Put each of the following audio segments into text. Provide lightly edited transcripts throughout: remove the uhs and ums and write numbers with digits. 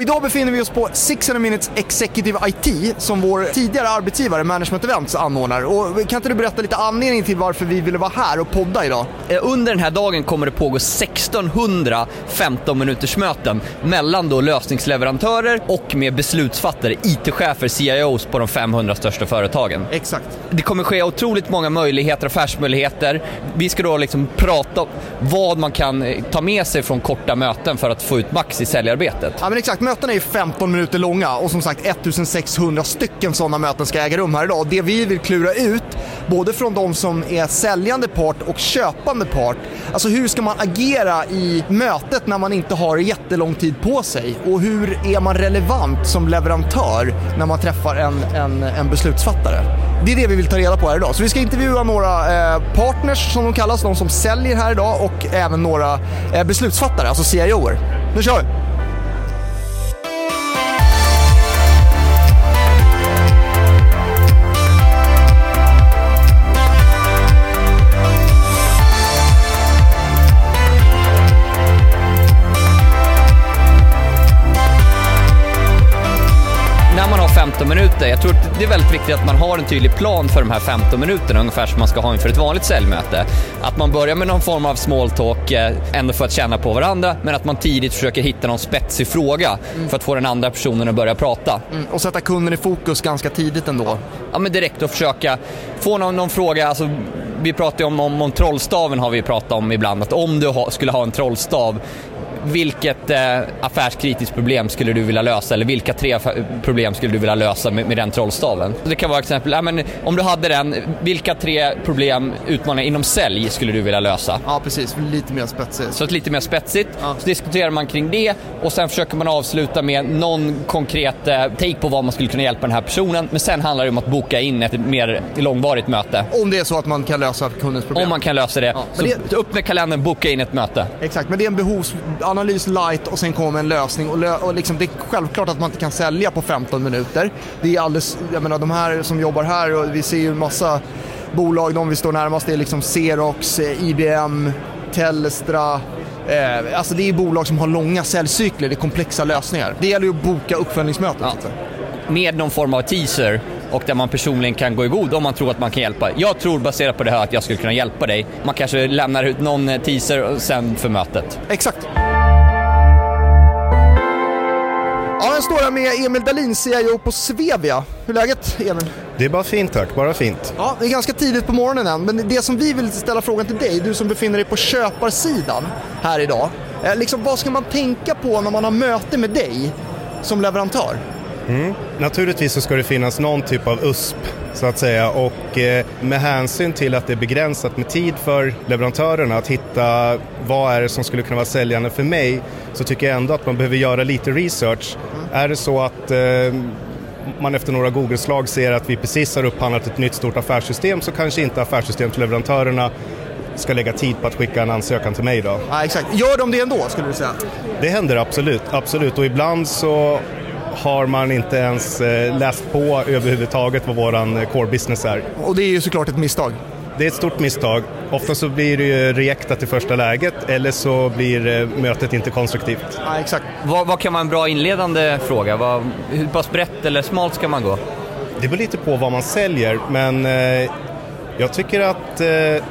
Idag befinner vi oss på 600 Minutes Executive IT som vår tidigare arbetsgivare Management Events anordnar. Och kan inte du berätta lite anledning till varför vi ville vara här och podda idag? Under den här dagen kommer det pågå 1600 15-minuters möten mellan då lösningsleverantörer och med beslutsfattare, IT-chefer, CIOs på de 500 största företagen. Exakt. Det kommer ske otroligt många möjligheter, affärsmöjligheter. Vi ska då liksom prata om vad man kan ta med sig från korta möten för att få ut max i säljarbetet. Ja men exakt, mötena är 15 minuter långa och som sagt 1600 stycken sådana möten ska äga rum här idag. Det vi vill klura ut, både från de som är säljande part och köpande part, alltså hur ska man agera i mötet när man inte har jättelång tid på sig, och hur är man relevant som leverantör när man träffar en beslutsfattare. Det är det vi vill ta reda på här idag. Så vi ska intervjua några partners som de kallas, de som säljer här idag, och även några beslutsfattare, alltså CIOer. Nu kör vi! När man har 15 minuter, jag tror att det är väldigt viktigt att man har en tydlig plan för de här 15 minuterna, ungefär som man ska ha inför ett vanligt säljmöte. Att man börjar med någon form av small talk, ändå för att känna på varandra, men att man tidigt försöker hitta någon spetsig fråga för att få den andra personen att börja prata. Och sätta kunden i fokus ganska tidigt ändå. Ja, men direkt att försöka få någon fråga. Alltså, vi pratar ju om trollstaven, har vi pratat om ibland, att om du skulle ha en trollstav, vilket affärskritiskt problem skulle du vilja lösa, eller vilka 3 problem skulle du vilja lösa med den trollstaven? Det kan vara exempel, om du hade den, vilka 3 problem, utmaningar inom sälj skulle du vilja lösa? Ja, precis, lite mer spetsigt. Så lite mer spetsigt, så diskuterar man kring det, och sen försöker man avsluta med någon konkret take på vad man skulle kunna hjälpa den här personen, men sen handlar det om att boka in ett mer långvarigt möte. Om det är så att man kan lösa kundens problem. Om man kan lösa det, ja, så upp med kalendern, boka in ett möte. Exakt, men det är en behovsanalys light och sen kommer en lösning, och liksom, det är självklart att man inte kan sälja på 15 minuter. Det är alldeles, jag menar, de här som jobbar här, och vi ser ju en massa bolag, de vi står närmast, det är liksom Xerox, IBM, Telstra, alltså det är bolag som har långa säljcykler, det är komplexa lösningar. Det gäller ju att boka uppföljningsmöten. Ja. Med någon form av teaser, och där man personligen kan gå i god om man tror att man kan hjälpa. Jag tror, baserat på det här, att jag skulle kunna hjälpa dig. Man kanske lämnar ut någon teaser sen för mötet. Exakt. Ja, jag står här med Emil Dahlin, CIO på Svevia. Hur är läget, Emil? Det är bara fint, tack. Bara fint. Ja, det är ganska tidigt på morgonen än, men det som vi vill ställa frågan till dig, du som befinner dig på köparsidan här idag. Liksom, vad ska man tänka på när man har möte med dig som leverantör? Naturligtvis så ska det finnas någon typ av USP, så att säga, och med hänsyn till att det är begränsat med tid för leverantörerna att hitta vad är det som skulle kunna vara säljande för mig, så tycker jag ändå att man behöver göra lite research. Är det så att man efter några Google-slag ser att vi precis har upphandlat ett nytt stort affärssystem, så kanske inte affärssystemt-leverantörerna ska lägga tid på att skicka en ansökan till mig då. Ja, exakt. Gör de det ändå, skulle du säga? Det händer absolut, och ibland så har man inte ens läst på överhuvudtaget vad våran core business är. Och det är ju såklart ett misstag. Det är ett stort misstag. Ofta så blir det ju rejektat i första läget, eller så blir mötet inte konstruktivt. Ja, exakt. Vad kan vara en bra inledande fråga? Hur pass brett eller smalt ska man gå? Det beror lite på vad man säljer, men jag tycker att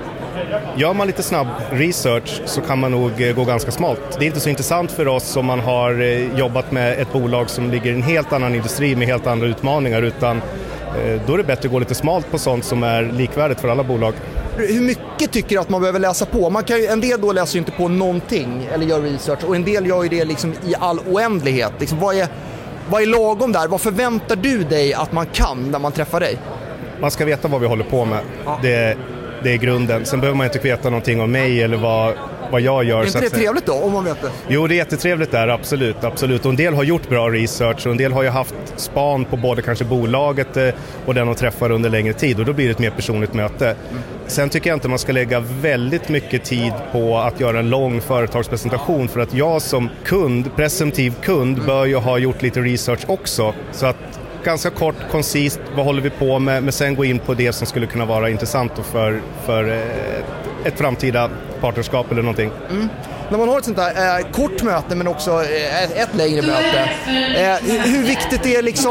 gör man lite snabb research så kan man nog gå ganska smalt. Det är inte så intressant för oss om man har jobbat med ett bolag som ligger i en helt annan industri med helt andra utmaningar, utan då är det bättre att gå lite smalt på sånt som är likvärdigt för alla bolag. Hur mycket tycker du att man behöver läsa på? Man kan ju, en del då läser ju inte på någonting eller gör research, och en del gör ju det liksom i all oändlighet. Liksom, vad är lagom där? Vad förväntar du dig att man kan när man träffar dig? Man ska veta vad vi håller på med. Ja. Det är grunden. Sen behöver man inte veta någonting om mig eller vad jag gör. Är inte det trevligt då, om man vet det? Jo, det är jättetrevligt där, absolut. Och en del har gjort bra research, och en del har ju haft span på både kanske bolaget och den att träffa under längre tid, och då blir det ett mer personligt möte. Sen tycker jag inte man ska lägga väldigt mycket tid på att göra en lång företagspresentation, för att jag som presumtiv kund bör ju ha gjort lite research också. Så att ganska kort, koncist, vad håller vi på med, men sen gå in på det som skulle kunna vara intressant för ett framtida partnerskap eller någonting. när man har ett sånt här kort möte men också ett längre möte, hur viktigt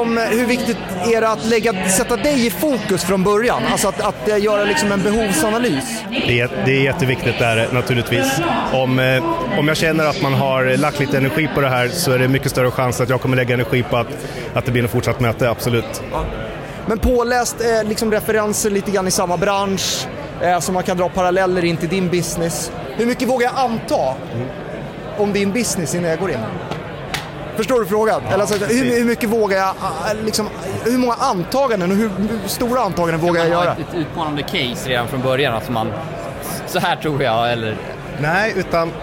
är det att sätta dig i fokus från början? Alltså att göra liksom en behovsanalys? Det är jätteviktigt där naturligtvis. Om jag känner att man har lagt lite energi på det här så är det mycket större chans att jag kommer lägga energi på att det blir en fortsatt möte, absolut. Ja. Men påläst liksom referenser lite grann i samma bransch så man kan dra paralleller in till din business. Hur mycket vågar jag anta om din business innan jag går in? Förstår du frågan? Eller alltså, hur mycket vågar jag, liksom, hur många antaganden och hur stora antaganden vågar jag göra? Ett utmanande case redan från början, alltså så här tror jag, eller? Nej,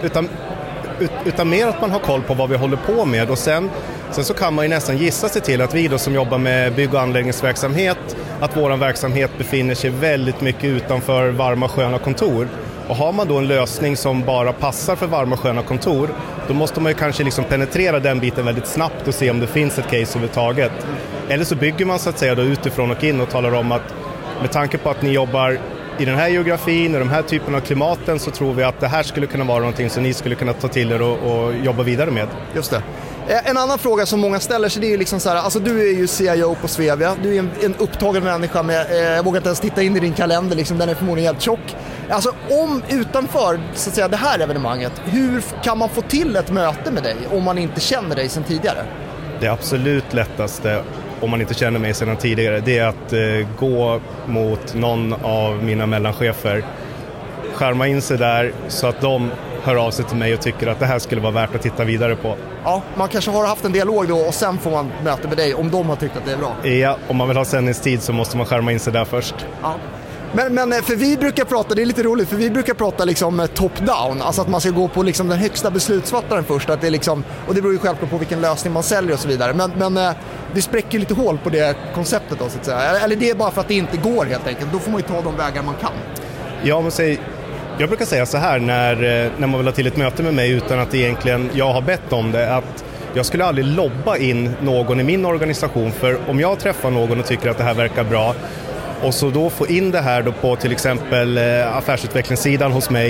utan mer att man har koll på vad vi håller på med, och sen så kan man ju nästan gissa sig till att vi då som jobbar med bygg- och anläggningsverksamhet, att vår verksamhet befinner sig väldigt mycket utanför varma sköna kontor. Och har man då en lösning som bara passar för varma sköna kontor, då måste man ju kanske liksom penetrera den biten väldigt snabbt och se om det finns ett case överhuvudtaget. Eller så bygger man så att säga då utifrån och in och talar om att med tanke på att ni jobbar i den här geografin och de här typen av klimaten, så tror vi att det här skulle kunna vara någonting som ni skulle kunna ta till er och jobba vidare med. Just det. En annan fråga som många ställer sig, det är ju liksom så här, alltså du är ju CIO på Svevia, du är en upptagen människa med, jag vågar inte ens titta in i din kalender, liksom, den är förmodligen helt tjock. Alltså utanför så att säga, det här evenemanget, hur kan man få till ett möte med dig om man inte känner dig sedan tidigare? Det absolut lättaste, om man inte känner mig sedan tidigare, det är att gå mot någon av mina mellanchefer, skärma in sig där så att de hör av sig till mig och tycker att det här skulle vara värt att titta vidare på. Ja, man kanske har haft en dialog då och sen får man möta med dig om de har tyckt att det är bra. Ja, om man vill ha sändningstid så måste man skärma in sig där först. Ja. Men för vi brukar prata, det är lite roligt, för vi brukar prata liksom top-down, alltså att man ska gå på liksom den högsta beslutsfattaren först, att det är liksom, och det beror ju självklart på vilken lösning man säljer och så vidare, men det spräcker lite hål på det konceptet då, så att säga. Eller det är bara för att det inte går helt enkelt, då får man ju ta de vägar man kan. Ja, men jag brukar säga så här när man vill ha till ett möte med mig utan att egentligen jag har bett om det, att jag skulle aldrig lobba in någon i min organisation, för om jag träffar någon och tycker att det här verkar bra och så då få in det här då på till exempel affärsutvecklingssidan hos mig,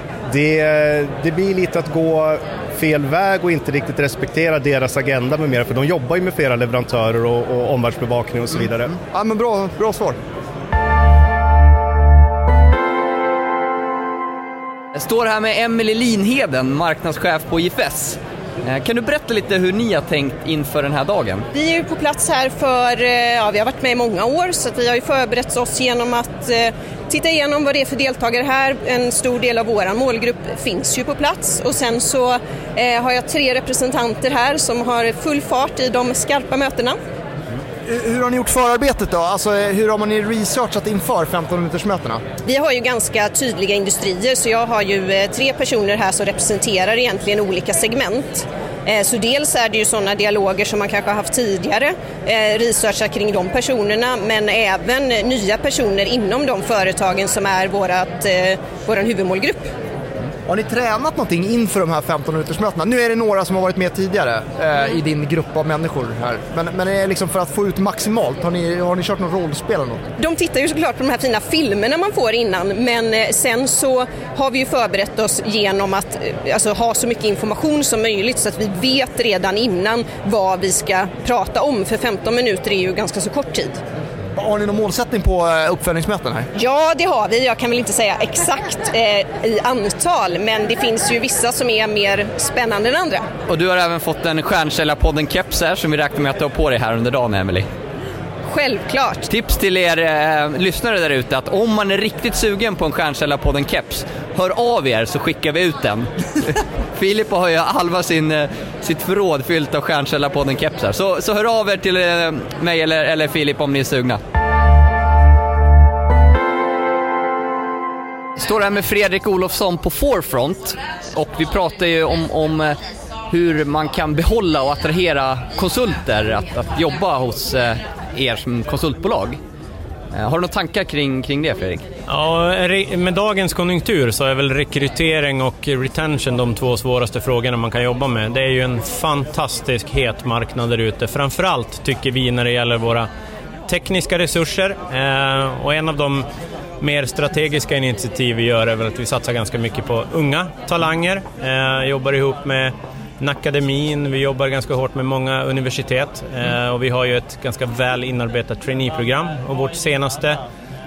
det blir lite att gå fel väg och inte riktigt respektera deras agenda med mer, för de jobbar ju med flera leverantörer och omvärldsbevakning och så vidare. Ja, men bra svar. Jag står här med Emelie Linheden, marknadschef på IFS. Kan du berätta lite hur ni har tänkt inför den här dagen? Vi är ju på plats här vi har varit med i många år, så att vi har ju förberett oss genom att titta igenom vad det är för deltagare här. En stor del av vår målgrupp finns ju på plats, och sen så har jag 3 representanter här som har full fart i de skarpa mötena. Hur har ni gjort förarbetet då? Alltså, hur har man researchat inför 15-minutersmötena? Vi har ju ganska tydliga industrier, så jag har ju 3 personer här som representerar egentligen olika segment. Så dels är det ju sådana dialoger som man kanske har haft tidigare, researchat kring de personerna, men även nya personer inom de företagen som är vår huvudmålgrupp. Har ni tränat någonting inför de här 15-minutersmötena? Nu är det några som har varit med tidigare i din grupp av människor här. Men är det liksom för att få ut maximalt? Har ni kört någon rollspel eller något? De tittar ju såklart på de här fina filmerna man får innan, men sen så har vi ju förberett oss genom att ha så mycket information som möjligt, så att vi vet redan innan vad vi ska prata om, för 15 minuter är ju ganska så kort tid. Har ni någon målsättning på uppföljningsmöten här? Ja, det har vi. Jag kan väl inte säga exakt i antal, men det finns ju vissa som är mer spännande än andra. Och du har även fått en Stjärnkällarpodden-keps här som vi räknar med att ta på dig här under dagen, Emelie. Självklart. Tips till er lyssnare där ute, att om man är riktigt sugen på en Stjärnkällarpodden-keps, hör av er så skickar vi ut den. Filip har ju halva sitt förråd fyllt av Stjärnkällarpodden-kepsar. Så hör av er till mig eller Filip om ni är sugna. Jag står här med Fredrik Olofsson på Forefront, och vi pratar ju om hur man kan behålla och attrahera konsulter att jobba hos er som konsultbolag. Har du några tankar kring det, Fredrik? Ja, med dagens konjunktur så är väl rekrytering och retention de 2 svåraste frågorna man kan jobba med. Det är ju en fantastisk het marknad där ute. Framförallt tycker vi när det gäller våra tekniska resurser. Och en av de mer strategiska initiativ vi gör är väl att vi satsar ganska mycket på unga talanger. Jobbar ihop med akademin, vi jobbar ganska hårt med många universitet och vi har ju ett ganska väl inarbetat traineeprogram och vårt senaste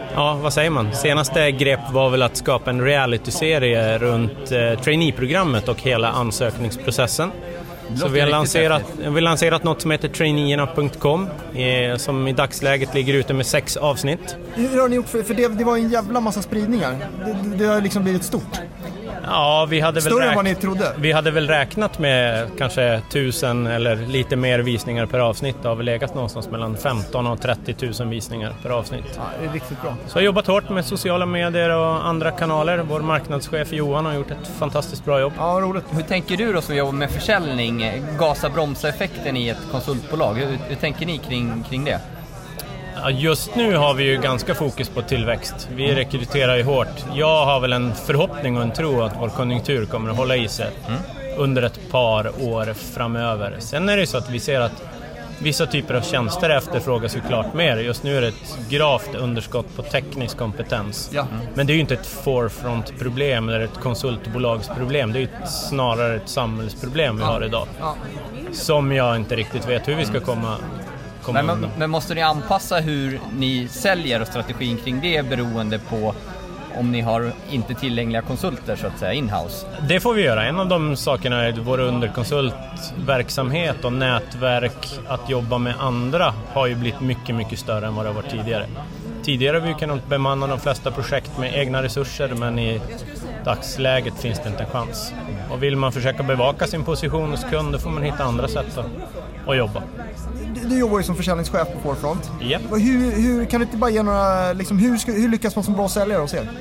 grepp var väl att skapa en reality-serie runt traineeprogrammet och hela ansökningsprocessen. Så vi har lanserat något som heter traineerna.com som i dagsläget ligger ute med 6 avsnitt. Hur har ni gjort? För det var en jävla massa spridningar. Det har liksom blivit stort. Ja, större än vad ni trodde. Vi hade väl räknat med kanske 1000 eller lite mer visningar per avsnitt. Det har väl legat någonstans mellan 15 och 30 000 visningar per avsnitt. Ja, det är riktigt bra. Så jag har jobbat hårt med sociala medier och andra kanaler. Vår marknadschef Johan har gjort ett fantastiskt bra jobb. Ja, roligt. Hur tänker du då som jobbar med försäljning, gasa-bromsa-effekten i ett konsultbolag? Hur tänker ni kring det? Ja, just nu har vi ju ganska fokus på tillväxt. Vi rekryterar ju hårt. Jag har väl en förhoppning och en tro att vår konjunktur kommer att hålla i sig under ett par år framöver. Sen är det ju så att vi ser att vissa typer av tjänster efterfrågas ju klart mer. Just nu är det ett gravt underskott på teknisk kompetens. Ja. Men det är ju inte ett forefront-problem eller ett konsultbolagsproblem. Det är ju snarare ett samhällsproblem vi har idag. Ja. Som jag inte riktigt vet hur vi ska komma men måste ni anpassa hur ni säljer och strategin kring det beroende på om ni har inte tillgängliga konsulter så att säga in-house? Det får vi göra. En av de sakerna är vår underkonsultverksamhet och nätverk att jobba med andra har ju blivit mycket, mycket större än vad det har varit tidigare. Tidigare har vi kunnat bemanna de flesta projekt med egna resurser, men i dagsläget finns det inte en chans. Och vill man försöka bevaka sin position hos kund, då får man hitta andra sätt att jobba. Du jobbar ju som försäljningschef på Forefront. Yep. Hur kan du inte bara ge några, liksom, hur lyckas man som bra säljare hos er?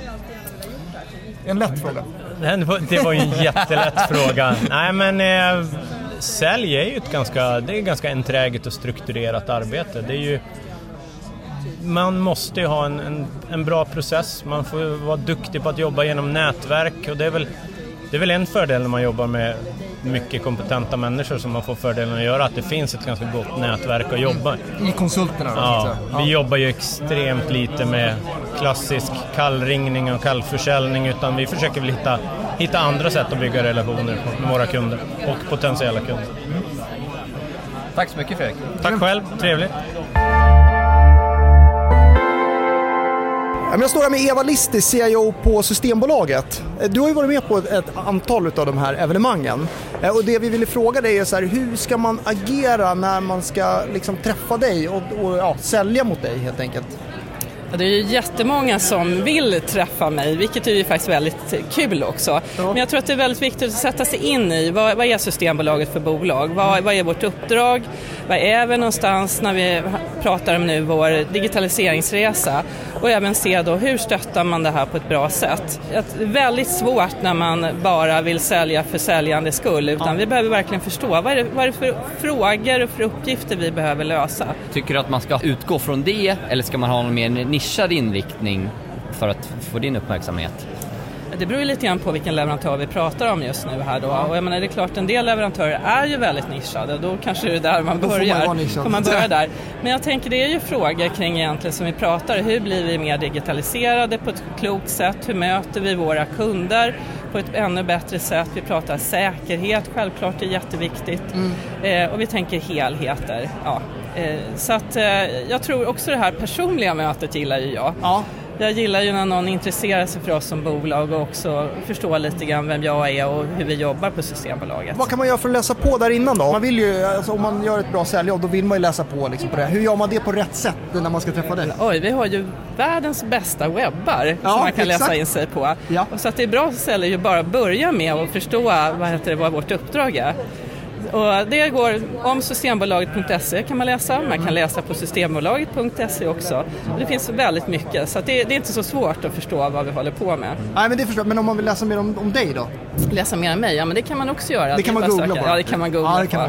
En lätt fråga. Det var ju en jättelätt fråga. Nej, men sälj är ju ett ganska enträget och strukturerat arbete. Det är ju, man måste ju ha en bra process. Man får vara duktig på att jobba genom nätverk, och det är väl en fördel när man jobbar med mycket kompetenta människor som man får fördelen att göra, att det finns ett ganska gott nätverk att jobba i konsulterna då, ja. Vi jobbar ju extremt lite med klassisk kallringning och kallförsäljning, utan vi försöker väl hitta andra sätt att bygga relationer med våra kunder och potentiella kunder. Tack så mycket, Fredrik. Tack själv, trevligt. Jag står här med Eva Listi, CEO på Systembolaget. Du har ju varit med på ett antal av de här evenemangen. Och det vi ville fråga dig är så här, hur ska man agera när man ska liksom träffa dig och sälja mot dig helt enkelt? Det är ju jättemånga som vill träffa mig, vilket är ju faktiskt väldigt kul också. Ja. Men jag tror att det är väldigt viktigt att sätta sig in i vad är Systembolaget för bolag? Vad är vårt uppdrag? Vad är vi någonstans när vi pratar om nu vår digitaliseringsresa? Och även se då hur stöttar man det här på ett bra sätt. Det är väldigt svårt när man bara vill sälja för säljande skull, utan vi behöver verkligen förstå vad är det för frågor och för uppgifter vi behöver lösa. Tycker du att man ska utgå från det, eller ska man ha en mer nischad inriktning för att få din uppmärksamhet? Det beror ju lite grann på vilken leverantör vi pratar om just nu här då. Och jag menar, det är klart, en del leverantörer är ju väldigt nischade. Då kanske det är där man börjar. Får man börja där. Men jag tänker, det är ju frågor kring egentligen som vi pratar. Hur blir vi mer digitaliserade på ett klokt sätt? Hur möter vi våra kunder på ett ännu bättre sätt? Vi pratar säkerhet, självklart är jätteviktigt. Och vi tänker helheter. Ja. Så att jag tror också det här personliga mötet gillar ju jag. Ja. Jag gillar ju när någon intresserar sig för oss som bolag och också förstår lite grann vem jag är och hur vi jobbar på Systembolaget. Vad kan man göra för att läsa på där innan då? Man vill ju, alltså, om man gör ett bra säljjobb, då vill man ju läsa på liksom, på det. Hur gör man det på rätt sätt när man ska träffa dig? Oj, vi har ju världens bästa webbar som man kan läsa in sig på. Ja. Och så att det är bra säljare ju bara börja med att förstå vad vårt uppdrag är. Och det går om systembolaget.se kan man läsa. Man kan läsa på systembolaget.se också. Och det finns väldigt mycket, så att det är inte så svårt att förstå vad vi håller på med. Nej, men det förstår jag. Men om man vill läsa mer om dig då? Läsa mer om mig? Ja, men det kan man också göra. Det kan man googla på. Ja, det kan man googla på. Ja.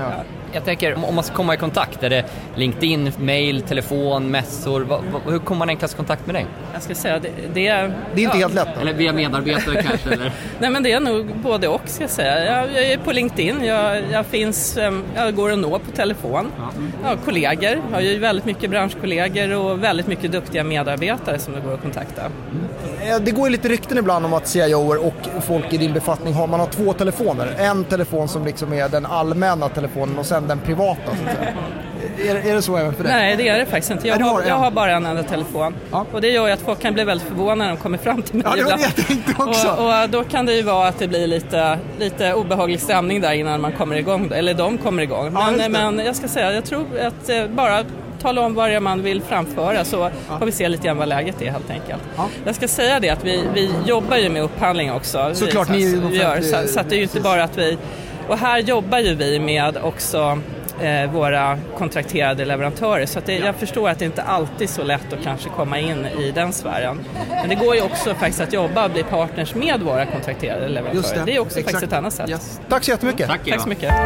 Jag tänker, om man ska komma i kontakt, är det LinkedIn, mail, telefon, mässor? Hur kommer man enklast i kontakt med dig? Jag ska säga, det är inte helt lätt. Eller via medarbetare kanske? Eller? Nej, men det är nog både och, ska jag säga. Jag är på LinkedIn, jag går att nå på telefon. Jag har kollegor, jag har ju väldigt mycket branschkollegor och väldigt mycket duktiga medarbetare som det går att kontakta. Det går ju lite rykten ibland om att CIO:er och folk i din befattning man har 2 telefoner. En telefon som liksom är den allmänna telefonen och sen den privata, så att säga. Är det så även för dig? Nej, det är det faktiskt inte. Jag har bara en enda telefon. Ja. Och det gör ju att folk kan bli väldigt förvånade när de kommer fram till mig. Ja, det var det jag tänkte också. Och då kan det ju vara att det blir lite obehaglig stämning där innan man kommer igång. Eller de kommer igång. Men jag ska säga, jag tror att bara tala om vad man vill framföra, så får vi se lite grann vad läget är, helt enkelt. Ja. Jag ska säga det att vi jobbar ju med upphandling också. Såklart vi gör, så att det är ju inte bara att vi... Och här jobbar ju vi med också våra kontrakterade leverantörer, så att jag förstår att det inte alltid är så lätt att kanske komma in i den sfären. Men det går ju också faktiskt att jobba och bli partners med våra kontrakterade leverantörer. Det är också faktiskt ett annat sätt. Yes. Tack så jättemycket. Tack så mycket.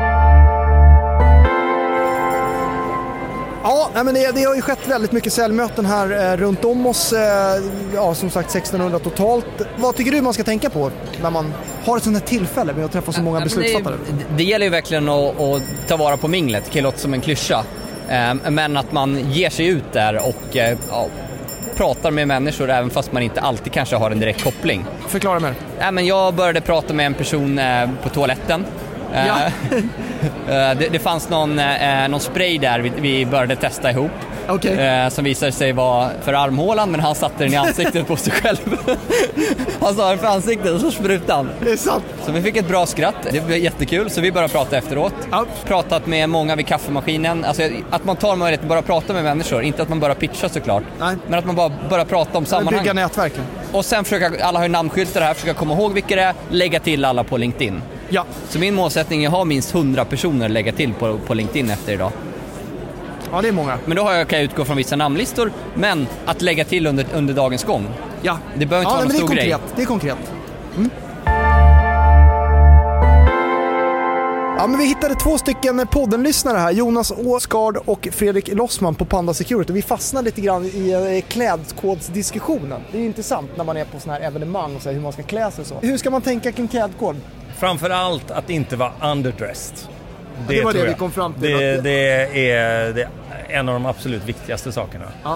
Ja, men det har ju skett väldigt mycket säljmöten här runt om oss. Som sagt 1600 totalt. Vad tycker du man ska tänka på när man har ett sånt här tillfälle med att träffa så många beslutsfattare? Det gäller ju verkligen att ta vara på minglet. Det låter som en klyscha. Men att man ger sig ut där och pratar med människor även fast man inte alltid kanske har en direkt koppling. Förklara mer. Men jag började prata med en person på toaletten. Ja. Det fanns någon spray där vi började testa ihop. Okay. Som visade sig vara för armhålan, men han satte den i ansiktet på sig själv. Han sa den för ansiktet och så sprutade han. Det är sant. Så vi fick ett bra skratt. Det var jättekul, så vi började prata efteråt. Pratat med många vid kaffemaskinen. Alltså att man tar möjligheten att bara prata med människor. Inte att man bara pitchar såklart. Nej. Men att man bara börjar prata om sammanhang. Bygga nätverken. Och sen försöka, alla har ju namnskyltar här, försöka komma ihåg vilka det är. Lägga till alla på LinkedIn. Ja. Så min målsättning är att ha minst 100 personer lägga till på LinkedIn efter idag. Ja, det är många. Men då kan jag utgå från vissa namnlistor, men att lägga till under dagens gång. Ja. Det behöver inte vara någon stor grej. Det är konkret. Mm. Ja, men vi hittade 2 stycken poddenlyssnare här, Jonas Åskard och Fredrik Lossman på Panda Security. Vi fastnade lite grann i klädkodsdiskussionen. Det är ju intressant när man är på såna här evenemang och så här, hur man ska klä sig och så. Hur ska man tänka kring klädkod? Framförallt att inte vara underdressed. Det var det vi kom fram till. Det är en av de absolut viktigaste sakerna. Ja.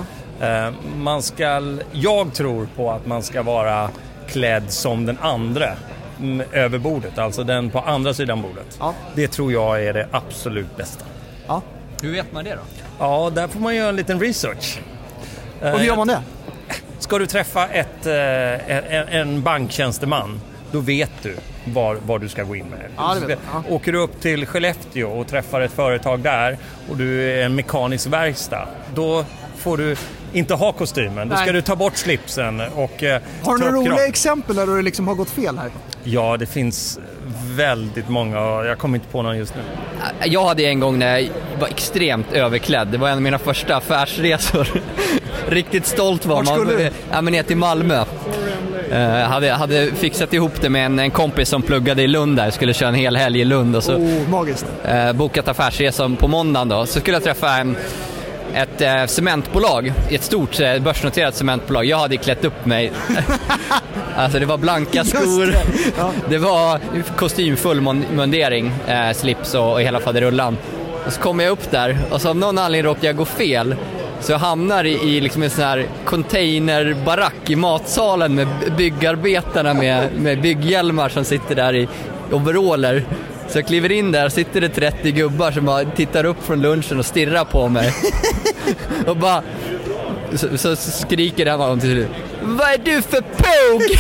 Jag tror på att man ska vara klädd som den andra över bordet, alltså den på andra sidan bordet. Ja. Det tror jag är det absolut bästa. Ja. Hur vet man det då? Ja, där får man göra en liten research. Och hur gör man det? Ska du träffa en banktjänsteman, då vet du var du ska gå in med. Ja, det vet jag. Åker du upp till Skellefteå och träffar ett företag där och du är en mekanisk verkstad, då får du inte ha kostymen. Då ska du ta bort slipsen och har du några roliga exempel där du liksom har gått fel här? Ja, det finns väldigt många. Jag kommer inte på någon just nu. Jag hade en gång när jag var extremt överklädd. Det var en av mina första affärsresor. Riktigt stolt var man. Vart skulle du? Ja, men ner till Malmö. Hade fixat ihop det med en kompis som pluggade i Lund där. Skulle köra en hel helg i Lund och så magiskt. Bokat affärsresan på måndagen då. Så skulle jag träffa ett cementbolag, ett stort börsnoterat cementbolag. Jag hade klätt upp mig. Alltså det var blanka skor. Det var kostymfull mundering, slips och hela faderullan. Och så kom jag upp där och så av någon anledning råkade jag gå fel. Så jag hamnar i liksom en sån här containerbarack i matsalen med byggarbetarna med bygghjälmar som sitter där i overaller. Så jag kliver in där, sitter det 30 gubbar som bara tittar upp från lunchen och stirrar på mig. Och bara så skriker den av dem till slut: vad är du för påg?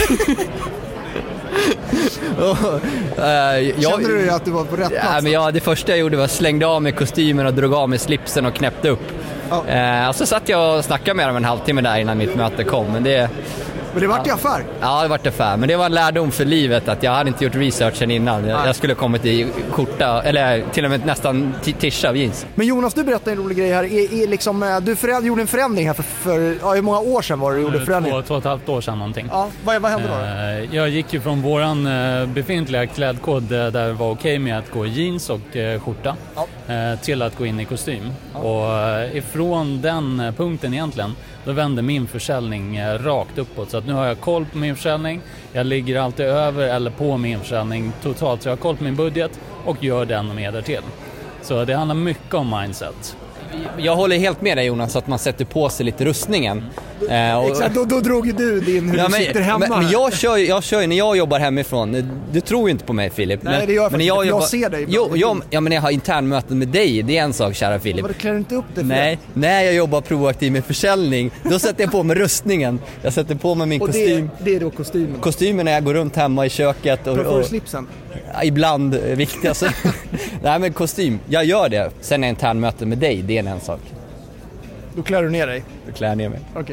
Kände du att du var på rätt plats? Men det första jag gjorde var slängde av mig kostymen och drog av mig slipsen och knäppte upp. Så satt jag och snackade med dem en halvtimme där innan mitt möte kom. Men det vart i affär? Ja, det vart affär. Men det var en lärdom för livet att jag hade inte gjort researchen innan. Jag skulle kommit i skjorta, eller till och med nästan tisha av jeans. Men Jonas, du berättade en rolig grej här. Liksom, du gjorde en förändring här för hur många år sedan var det du gjorde förändring? 2,5 år sedan någonting. Ja, vad hände då? Jag gick ju från våran befintliga klädkod där det var okej med att gå i jeans och skjorta. Ja. till att gå in i kostym. Och ifrån den punkten egentligen, då vände min försäljning rakt uppåt. Så att nu har jag koll på min försäljning, jag ligger alltid över eller på min försäljning totalt. Så jag har koll på min budget och gör den och mer därtill. Så det handlar mycket om mindset. Jag håller helt med dig, Jonas, att man sätter på sig lite rustningen. Exakt, då drog ju du din hur du sitter hemma. Men jag kör ju när jag jobbar hemifrån. Du tror ju inte på mig, Filip. Nej, det gör jag inte. Jag ser dig. Men jag har internmöten med dig. Det är en sak, kära Filip. Men du klär inte upp det för Nej, när jag jobbar proaktivt med försäljning, då sätter jag på mig rustningen. Jag sätter på mig min kostym. Det är då kostymen. Kostymen när jag går runt hemma i köket. Får du slipsen? Ibland viktigast. Nej, men kostym. Jag gör det. Sen är internmöten med dig, det är en sak. Då klär du ner dig? Då klär jag ner mig. Okej.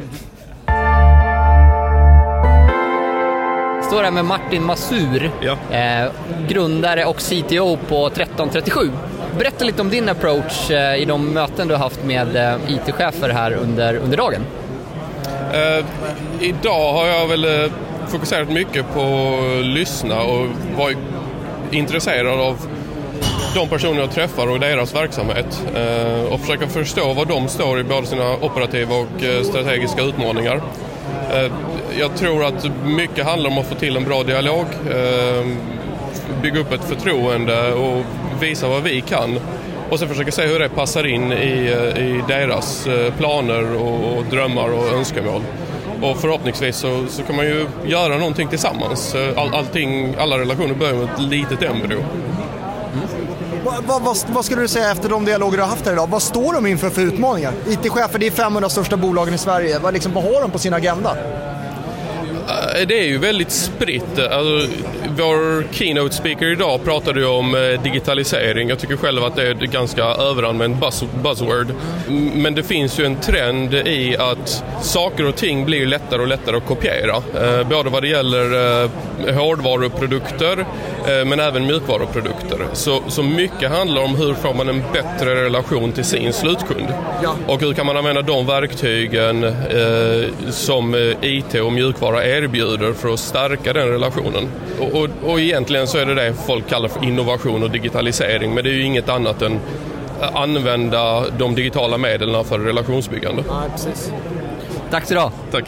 Står här med Martin Masur, grundare och CTO på 1337. Berätta lite om din approach i de möten du har haft med IT-chefer här under dagen. Idag har jag väl fokuserat mycket på att lyssna och vara intresserad av de personer jag träffar och deras verksamhet och försöka förstå vad de står i både sina operativa och strategiska utmaningar. Jag tror att mycket handlar om att få till en bra dialog, bygga upp ett förtroende och visa vad vi kan och sen försöka se hur det passar in i deras planer och drömmar och önskemål. Och förhoppningsvis så kan man ju göra någonting tillsammans. Alla relationer börjar med ett litet embryo. Vad skulle du säga efter de dialoger du har haft här idag? Vad står de inför för utmaningar? IT-chefer, det är 500 största bolagen i Sverige. Vad har de på sin agenda? Det är ju väldigt spritt. Alltså, vår keynote speaker idag pratade ju om digitalisering. Jag tycker själv att det är ett ganska överanvänt buzzword. Men det finns ju en trend i att saker och ting blir lättare och lättare att kopiera. Både vad det gäller hårdvaruprodukter men även mjukvaruprodukter. Så mycket handlar om hur får man en bättre relation till sin slutkund. Ja. Och hur kan man använda de verktygen som IT och mjukvara erbjuder för att stärka den relationen. Och egentligen så är det folk kallar för innovation och digitalisering, men det är ju inget annat än att använda de digitala medlen för relationsbyggande. Ja, precis. Tack så du ha. Tack.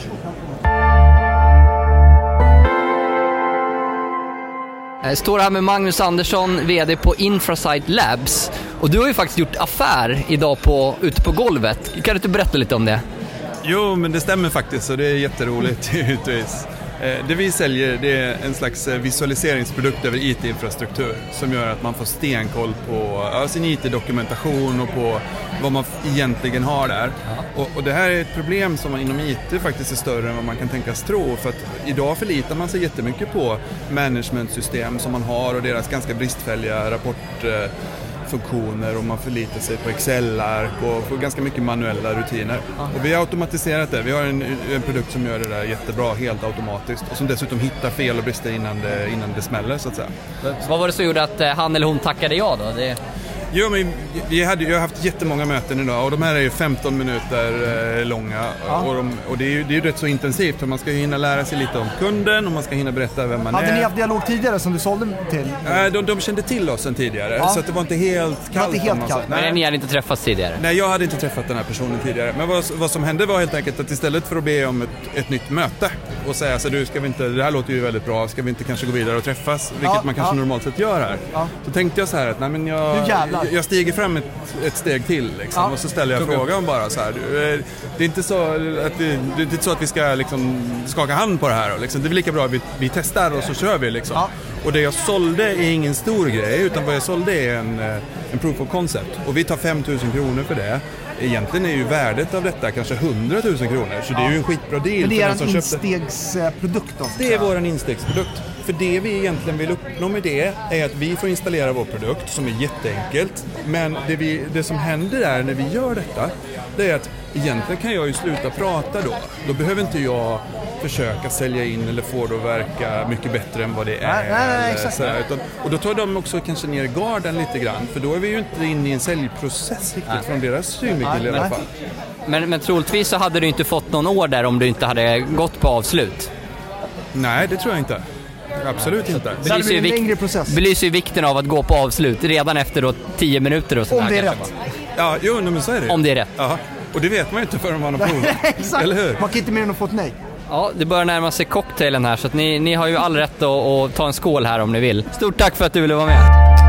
Jag står här med Magnus Andersson, vd på Infrasight Labs. Och du har ju faktiskt gjort affär idag ute på golvet. Kan du inte berätta lite om det? Jo, men det stämmer faktiskt och det är jätteroligt givetvis. Det vi säljer, det är en slags visualiseringsprodukt över IT-infrastruktur som gör att man får stenkoll på sin IT-dokumentation och på vad man egentligen har där. Och det här är ett problem som inom IT faktiskt är större än vad man kan tänkas tro, för att idag förlitar man sig jättemycket på managementsystem som man har och deras ganska bristfälliga rapportfunktioner och man förlitar sig på Excel-ark och får ganska mycket manuella rutiner. Och vi har automatiserat det. Vi har en produkt som gör det där jättebra, helt automatiskt och som dessutom hittar fel och brister innan det smäller så att säga. Vad var det som gjorde att han eller hon tackade ja då? Jo, men jag har haft jättemånga möten idag och de här är ju 15 minuter långa och det är ju rätt så intensivt för man ska ju hinna lära sig lite om kunden och man ska hinna berätta vem man är. Hade ni haft dialog tidigare som du sålde till? De kände till oss sedan tidigare så att det var inte helt kallt. Men ni hade inte träffats tidigare? Nej, jag hade inte träffat den här personen tidigare. Men vad som hände var helt enkelt att istället för att be om ett nytt möte och säga så det här låter ju väldigt bra, ska vi inte kanske gå vidare och träffs, vilket man kanske normalt sett gör här. Så tänkte jag så här att nej, men jag stiger fram ett steg till liksom, och så ställer jag frågan bara så här. Det är inte så att vi ska liksom skaka hand på det här. Liksom. Det är lika bra att vi testar och så kör vi. Liksom. Och det jag sålde är ingen stor grej utan vad jag sålde är en proof of concept. Och vi tar 5 000 kronor för det. Egentligen är ju värdet av detta kanske 100 000 kronor. Så det är ju en skitbra deal. Men det är för den som en instegsprodukt då? Det är vår instegsprodukt. För det vi egentligen vill uppnå med det är att vi får installera vår produkt som är jätteenkelt. Men det som händer där när vi gör detta, det är att egentligen kan jag ju sluta prata då. Då behöver inte jag försöka sälja in eller få det att verka mycket bättre än vad det är. Nej, exakt. Och då tar de också kanske ner garden lite grann. För då är vi ju inte inne i en säljprocess riktigt från deras synvinkel i alla fall. Men troligtvis så hade du inte fått någon order om du inte hade gått på avslut. Nej, det tror jag inte. Absolut inte. Belyser ju vikten av att gå på avslut redan efter då 10 minuter och så. Om det är rätt. Ja, jo, men så är det. Om det är rätt. Ja, och det vet man ju inte förrän man har provat. Exakt. Eller hur? Man kan inte mer än att få ett nej. Ja, det börjar närma sig cocktailen här, så att ni har ju all rätt att ta en skål här om ni vill. Stort tack för att du ville vara med.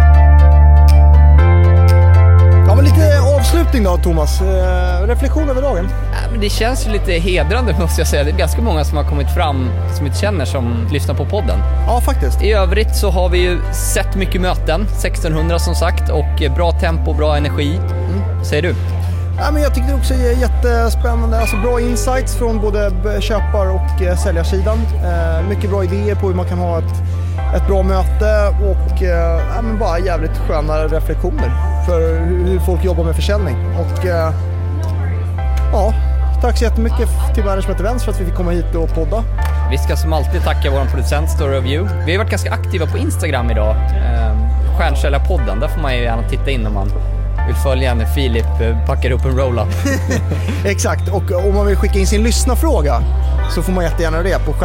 Ja, men lite avslutning då, Thomas. Reflektion över dagen? Ja, men det känns ju lite hedrande, måste jag säga. Det är ganska många som har kommit fram som inte känner, som lyssnar på podden. Ja, faktiskt. I övrigt så har vi ju sett mycket möten, 1600 som sagt, och bra tempo, bra energi. Säger du? Ja, men jag tycker det också är jättespännande. Alltså bra insights från både köpar- och säljarsidan. Mycket bra idéer på hur man kan ha ett bra möte och men bara jävligt sköna reflektioner för hur folk jobbar med försäljning. Och ja, tack så jättemycket till Management Events för att vi fick komma hit och podda. Vi ska som alltid tacka vår producent Story of You. Vi har varit ganska aktiva på Instagram idag. Stjärnsäljarpodden, där får man ju gärna titta in om man vill följa när Filip packar upp en roll-up. Exakt, och om man vill skicka in sin lyssnarfråga så får man jättegärna det på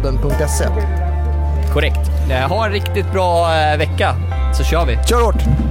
stjärnsäljarpodden.se. Korrekt. Ha en riktigt bra vecka, så kör vi. Kör hårt!